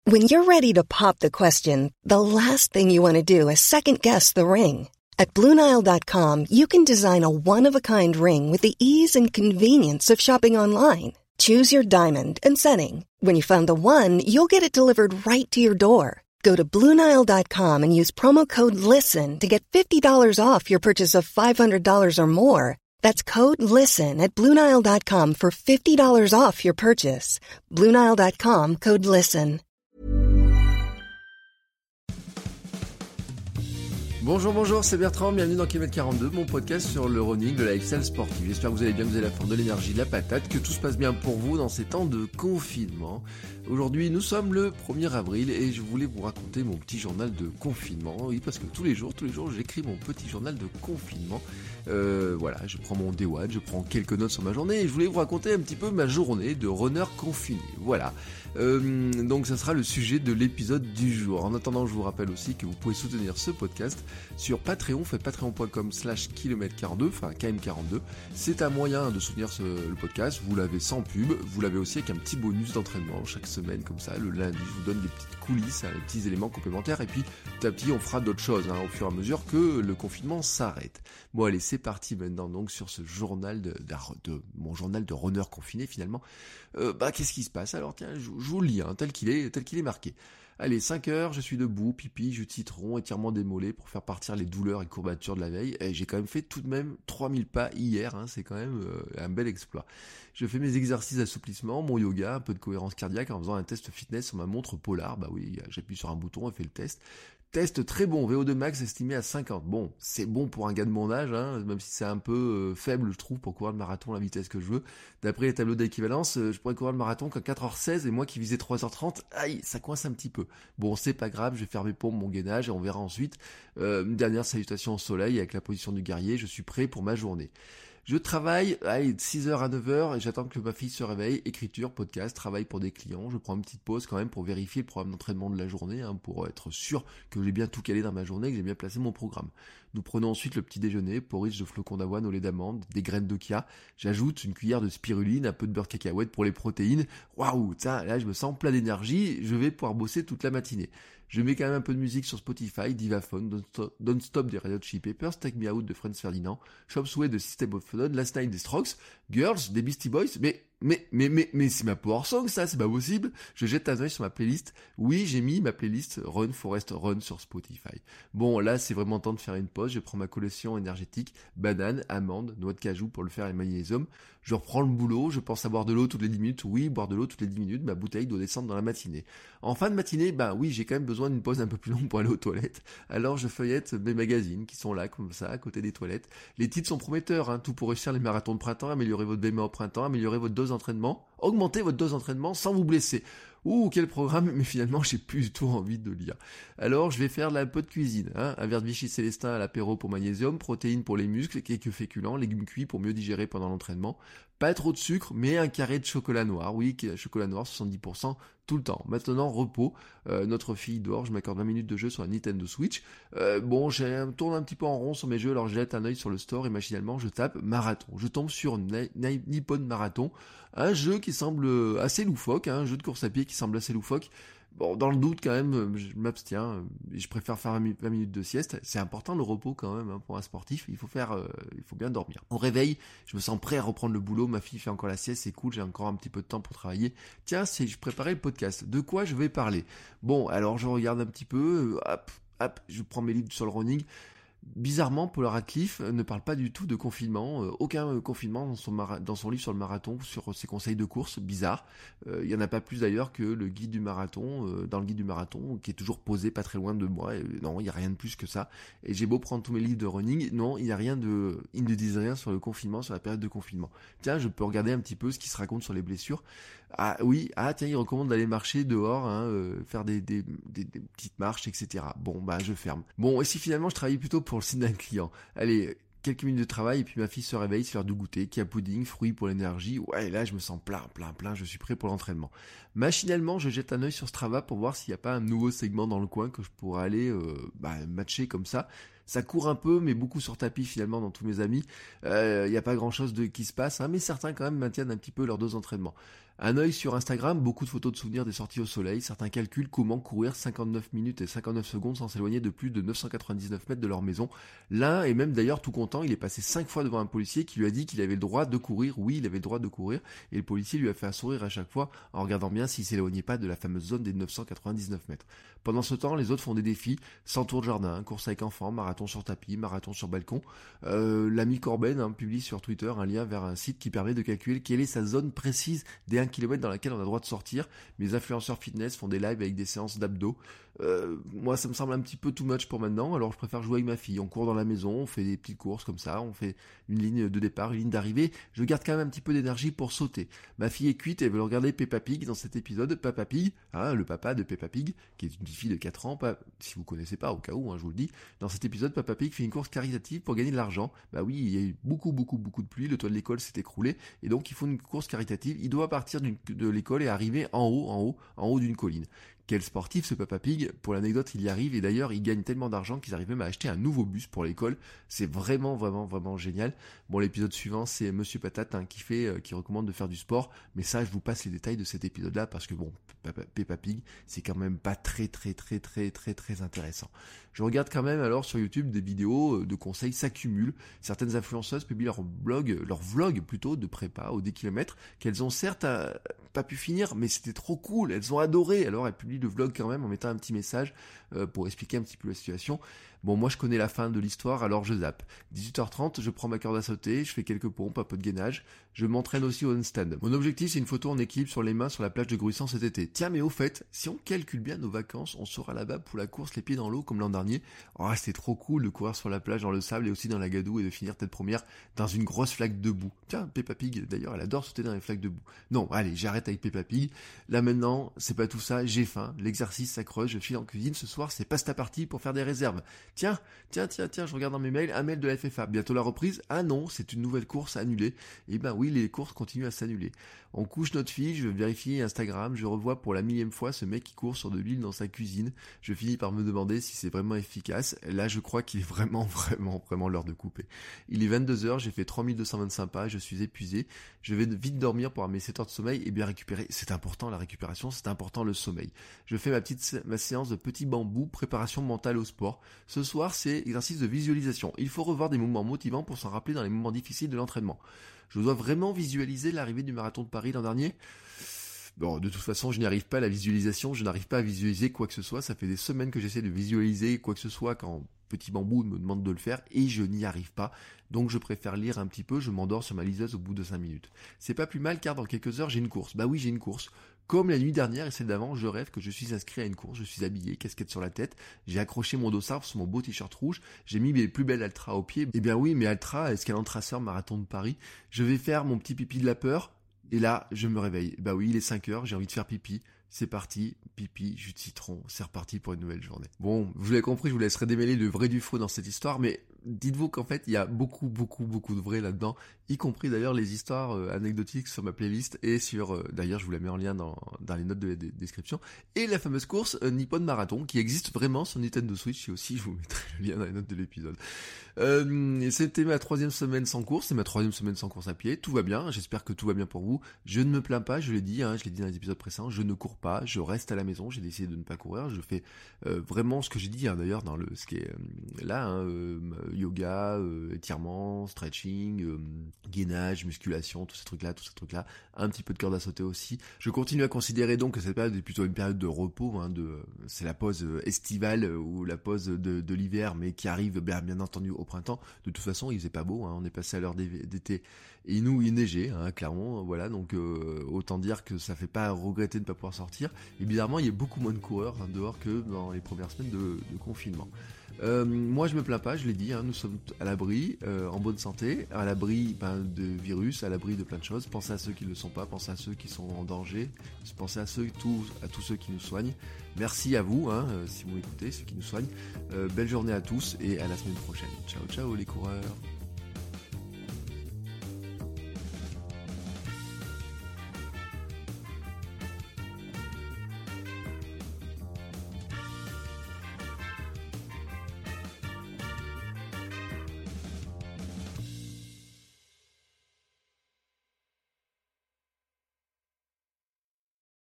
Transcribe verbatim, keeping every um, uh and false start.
When you're ready to pop the question, the last thing you want to do is second-guess the ring. At Blue Nile dot com, you can design a one-of-a-kind ring with the ease and convenience of shopping online. Choose your diamond and setting. When you find the one, you'll get it delivered right to your door. Go to Blue Nile dot com and use promo code LISTEN to get fifty dollars off your purchase of five hundred dollars or more. That's code LISTEN at Blue Nile dot com for fifty dollars off your purchase. Blue Nile dot com, code LISTEN. Bonjour, bonjour, c'est Bertrand, bienvenue dans Kilomètre quarante-deux, mon podcast sur le running, de la lifestyle sportive. J'espère que vous allez bien, que vous avez la forme, de l'énergie, de la patate, que tout se passe bien pour vous dans ces temps de confinement. Aujourd'hui, nous sommes le premier avril et je voulais vous raconter mon petit journal de confinement. Oui, parce que tous les jours, tous les jours, j'écris mon petit journal de confinement. Euh, voilà, je prends mon day one, je prends quelques notes sur ma journée et je voulais vous raconter un petit peu ma journée de runner confiné. Voilà. Euh, donc ça sera le sujet de l'épisode du jour. En attendant, je vous rappelle aussi que vous pouvez soutenir ce podcast sur Patreon, faites patreon point com slash kilomètre quarante-deux, enfin K M quarante-deux. C'est un moyen de soutenir ce, le podcast. Vous l'avez sans pub, vous l'avez aussi avec un petit bonus d'entraînement chaque semaine comme ça. Le lundi, je vous donne des petites coulisses, des petits éléments complémentaires et puis petit à petit, on fera d'autres choses hein, au fur et à mesure que le confinement s'arrête. Bon allez, c'est parti maintenant donc sur ce journal de, de, de mon journal de runner confiné finalement. Euh, bah qu'est-ce qui se passe? Alors tiens, je, je vous le lis hein, tel qu'il est, tel qu'il est marqué. Allez, cinq heures, je suis debout, pipi, jus de citron, étirement des mollets pour faire partir les douleurs et courbatures de la veille. Et j'ai quand même fait tout de même trois mille pas hier, hein, c'est quand même euh, un bel exploit. Je fais mes exercices d'assouplissement, mon yoga, un peu de cohérence cardiaque en faisant un test fitness sur ma montre Polar. Bah oui, j'appuie sur un bouton et fait le test. Test très bon, V O deux max estimé à cinquante. Bon, c'est bon pour un gars de mon âge, hein, même si c'est un peu euh, faible, je trouve, pour courir le marathon à la vitesse que je veux. D'après les tableaux d'équivalence, euh, je pourrais courir le marathon qu'à quatre heures seize et moi qui visais trois heures trente, aïe, ça coince un petit peu. Bon, c'est pas grave, je vais faire mes pompes, mon gainage et on verra ensuite. Euh, une dernière salutation au soleil avec la position du guerrier, je suis prêt pour ma journée. Je travaille allez, de six heures à neuf heures et j'attends que ma fille se réveille. Écriture, podcast, travail pour des clients. Je prends une petite pause quand même pour vérifier le programme d'entraînement de la journée, hein, pour être sûr que j'ai bien tout calé dans ma journée, que j'ai bien placé mon programme. Nous prenons ensuite le petit déjeuner, porridge de flocons d'avoine au lait d'amande, des graines d'okia. J'ajoute une cuillère de spiruline, un peu de beurre cacahuète pour les protéines. Waouh, ça, là je me sens plein d'énergie, je vais pouvoir bosser toute la matinée. Je mets quand même un peu de musique sur Spotify, Divaphone, Don't Stop, Don't Stop des Red Hot Chili Peppers, Take Me Out de Franz Ferdinand, Chop Suey de System of a Down, Last Night des Strokes, Girls des Beastie Boys, mais Mais, mais, mais, mais c'est ma power song, ça, c'est pas possible. Je jette un œil sur ma playlist. Oui, j'ai mis ma playlist Run Forest Run sur Spotify. Bon, là, c'est vraiment temps de faire une pause. Je prends ma collation énergétique, banane, amande, noix de cajou pour le faire et magnésium. Je reprends le boulot. Je pense à boire de l'eau toutes les dix minutes. Oui, boire de l'eau toutes les dix minutes. Ma bouteille doit descendre dans la matinée. En fin de matinée, bah oui, j'ai quand même besoin d'une pause un peu plus longue pour aller aux toilettes. Alors, je feuillette mes magazines qui sont là, comme ça, à côté des toilettes. Les titres sont prometteurs, hein. Tout pour réussir les marathons de printemps, améliorer votre B M A au printemps, améliorer votre dose d'entraînement, augmenter votre dose d'entraînement sans vous blesser. Ouh, quel programme, mais finalement, j'ai plus du tout envie de lire. Alors, je vais faire un peu de cuisine, hein. Un verre de Vichy Célestin à l'apéro pour magnésium, protéines pour les muscles, quelques féculents, légumes cuits pour mieux digérer pendant l'entraînement. Pas trop de sucre, mais un carré de chocolat noir. Oui, chocolat noir, soixante-dix pour cent tout le temps. Maintenant, repos. Euh, notre fille dort, je m'accorde vingt minutes de jeu sur la Nintendo Switch. Euh, bon, je tourne un petit peu en rond sur mes jeux, alors je jette un œil sur le store et machinalement, je tape Marathon. Je tombe sur Na- Na- Nippon Marathon, un jeu qui semble assez loufoque, hein, un jeu de course à pied qui semble assez loufoque. Bon, dans le doute quand même, je m'abstiens, je préfère faire vingt minutes de sieste. C'est important le repos quand même, hein, pour un sportif, il faut faire, euh, il faut bien dormir. Au réveil, je me sens prêt à reprendre le boulot, ma fille fait encore la sieste, c'est cool, j'ai encore un petit peu de temps pour travailler. Tiens, c'est, je préparais le podcast, de quoi je vais parler? Bon, alors je regarde un petit peu, hop, hop, je prends mes livres sur le running. Bizarrement, Paula Radcliffe ne parle pas du tout de confinement, euh, aucun euh, confinement dans son, mara- dans son livre sur le marathon, sur ses conseils de course, bizarre. Euh, il n'y en a pas plus d'ailleurs que le guide du marathon, euh, dans le guide du marathon, qui est toujours posé pas très loin de moi. Et, non, il n'y a rien de plus que ça. Et j'ai beau prendre tous mes livres de running, non, il n'y a rien de... Ils ne disent rien sur le confinement, sur la période de confinement. Tiens, je peux regarder un petit peu ce qui se raconte sur les blessures. Ah oui, ah tiens, il recommande d'aller marcher dehors, hein, euh, faire des, des, des, des petites marches, et cetera. Bon, bah je ferme. Bon, et si finalement je travaillais plutôt pour le site d'un client, allez, quelques minutes de travail et puis ma fille se réveille, c'est l'heure de goûter, qui a pudding, fruits pour l'énergie. Ouais, là je me sens plein, plein, plein, je suis prêt pour l'entraînement. Machinalement, je jette un œil sur Strava pour voir s'il n'y a pas un nouveau segment dans le coin que je pourrais aller euh, bah, matcher comme ça. Ça court un peu, mais beaucoup sur tapis finalement dans tous mes amis. Il euh, n'y a pas grand chose de qui se passe, hein, mais certains quand même maintiennent un petit peu leur dose d'entraînement. Un œil sur Instagram, beaucoup de photos de souvenirs des sorties au soleil, certains calculent comment courir cinquante-neuf minutes et cinquante-neuf secondes sans s'éloigner de plus de neuf cent quatre-vingt-dix-neuf mètres de leur maison. L'un est même d'ailleurs tout content, il est passé cinq fois devant un policier qui lui a dit qu'il avait le droit de courir, oui il avait le droit de courir, et le policier lui a fait un sourire à chaque fois en regardant bien s'il s'éloignait pas de la fameuse zone des neuf cent quatre-vingt-dix-neuf mètres. Pendant ce temps, les autres font des défis, cent tours de jardin, course avec enfants, marathon sur tapis, marathon sur balcon. Euh, l'ami Corben hein, publie sur Twitter un lien vers un site qui permet de calculer quelle est sa zone précise des un kilomètre dans laquelle on a le droit de sortir. Mes influenceurs fitness font des lives avec des séances d'abdos. Euh, moi ça me semble un petit peu too much pour maintenant, alors je préfère jouer avec ma fille. On court dans la maison, on fait des petites courses comme ça, on fait une ligne de départ, une ligne d'arrivée. Je garde quand même un petit peu d'énergie pour sauter. Ma fille est cuite, elle veut regarder Peppa Pig dans cet épisode. Peppa Pig, hein, le papa de Peppa Pig, qui est une petite fille de quatre ans, pas, si vous connaissez pas, au cas où, hein, je vous le dis. Dans cet épisode, Peppa Pig fait une course caritative pour gagner de l'argent. Bah oui, il y a eu beaucoup, beaucoup, beaucoup de pluie, le toit de l'école s'est écroulé, et donc il faut une course caritative. Il doit partir d'une, de l'école et arriver en haut, en haut, en haut d'une colline. Quel sportif ce Peppa Pig, pour l'anecdote il y arrive et d'ailleurs il gagne tellement d'argent qu'ils arrivent même à acheter un nouveau bus pour l'école, c'est vraiment vraiment vraiment génial. Bon l'épisode suivant c'est Monsieur Patate hein, qui fait, euh, qui recommande de faire du sport, mais ça je vous passe les détails de cet épisode là parce que bon Peppa, Peppa Pig c'est quand même pas très très très très très très intéressant. Je regarde quand même alors sur YouTube des vidéos de conseils s'accumulent, certaines influenceuses publient leur blog, leur vlog plutôt de prépa au dix kilomètres qu'elles ont certes euh, pas pu finir mais c'était trop cool, elles ont adoré, alors elles publient le vlog quand même en mettant un petit message euh, pour expliquer un petit peu la situation. Bon, moi je connais la fin de l'histoire, alors je zappe. dix-huit heures trente, je prends ma corde à sauter, je fais quelques pompes, un peu de gainage, je m'entraîne aussi au handstand. Mon objectif c'est une photo en équilibre sur les mains sur la plage de Gruissant cet été. Tiens, mais au fait, si on calcule bien nos vacances, on sera là-bas pour la course les pieds dans l'eau comme l'an dernier. Oh, c'était trop cool de courir sur la plage dans le sable et aussi dans la gadoue et de finir tête première dans une grosse flaque de boue. Tiens, Peppa Pig, d'ailleurs, elle adore sauter dans les flaques de boue. Non, allez, j'arrête avec Peppa Pig. Là maintenant, c'est pas tout ça, j'ai faim, l'exercice ça creuse, je file en cuisine, ce soir c'est pasta party pour faire des réserves. Tiens, tiens, tiens, tiens, je regarde dans mes mails, un mail de la F F A, bientôt la reprise. Ah non, c'est une nouvelle course annulée. Et ben oui, les courses continuent à s'annuler. On couche notre fille, je vérifie Instagram, je revois pour la millième fois ce mec qui court sur de l'huile dans sa cuisine. Je finis par me demander si c'est vraiment efficace. Là, je crois qu'il est vraiment, vraiment, vraiment l'heure de couper. Il est vingt-deux heures, j'ai fait trois mille deux cent vingt-cinq pas, je suis épuisé. Je vais vite dormir pour avoir mes sept heures de sommeil et bien récupérer. C'est important la récupération, c'est important le sommeil. Je fais ma petite ma séance de petits bambous, préparation mentale au sport. Ce soir, c'est exercice de visualisation. Il faut revoir des moments motivants pour s'en rappeler dans les moments difficiles de l'entraînement. Je dois vraiment visualiser l'arrivée du marathon de Paris l'an dernier. Bon, de toute façon, je n'y arrive pas à la visualisation, je n'arrive pas à visualiser quoi que ce soit. Ça fait des semaines que j'essaie de visualiser quoi que ce soit quand Petit Bambou me demande de le faire et je n'y arrive pas. Donc je préfère lire un petit peu, je m'endors sur ma liseuse au bout de cinq minutes. C'est pas plus mal car dans quelques heures j'ai une course. Bah oui, j'ai une course. Comme la nuit dernière et celle d'avant, je rêve que je suis inscrit à une course, je suis habillé, casquette sur la tête, j'ai accroché mon dossard sur mon beau t-shirt rouge, j'ai mis mes plus belles Altra au pied. Eh bien oui, mes Altra, Escalade Traceur Marathon de Paris. Je vais faire mon petit pipi de la peur. Et là, je me réveille. Bah oui, il est cinq heures, j'ai envie de faire pipi. C'est parti, pipi, jus de citron, c'est reparti pour une nouvelle journée. Bon, vous l'avez compris, je vous laisserai démêler le vrai du faux dans cette histoire, mais dites-vous qu'en fait, il y a beaucoup, beaucoup, beaucoup de vrai là-dedans, y compris d'ailleurs les histoires euh, anecdotiques sur ma playlist et sur, euh, d'ailleurs, je vous la mets en lien dans, dans les notes de la d- description, et la fameuse course euh, Nippon Marathon, qui existe vraiment sur Nintendo Switch, et aussi, je vous mettrai le lien dans les notes de l'épisode. Euh, c'était ma troisième semaine sans course, c'est ma troisième semaine sans course à pied, tout va bien, j'espère que tout va bien pour vous, je ne me plains pas, je l'ai dit, hein, je l'ai dit dans les épisodes précédents, je ne cours pas, je reste à la maison, j'ai décidé de ne pas courir, je fais euh, vraiment ce que j'ai dit hein, d'ailleurs dans le ce qui est euh, là, hein, euh, yoga, euh, étirement, stretching, euh, gainage, musculation, tous ces trucs là, tous ces trucs là, un petit peu de corde à sauter aussi. Je continue à considérer donc que cette période est plutôt une période de repos, hein, de c'est la pause estivale ou la pause de, de l'hiver, mais qui arrive bien, bien entendu au printemps. De toute façon, il faisait pas beau, hein, on est passé à l'heure d'été et nous il neigeait, hein, clairement, voilà, donc euh, autant dire que ça fait pas regretter de ne pas pouvoir sortir. Et bizarrement, il y a beaucoup moins de coureurs hein, dehors que dans les premières semaines de, de confinement. Euh, moi, je me plains pas, je l'ai dit, hein, nous sommes à l'abri, euh, en bonne santé, à l'abri ben, de virus, à l'abri de plein de choses. Pensez à ceux qui ne le sont pas, pensez à ceux qui sont en danger, pensez à ceux, tous, à tous ceux qui nous soignent. Merci à vous, hein, si vous m'écoutez, ceux qui nous soignent. Euh, belle journée à tous et à la semaine prochaine. Ciao, ciao les coureurs.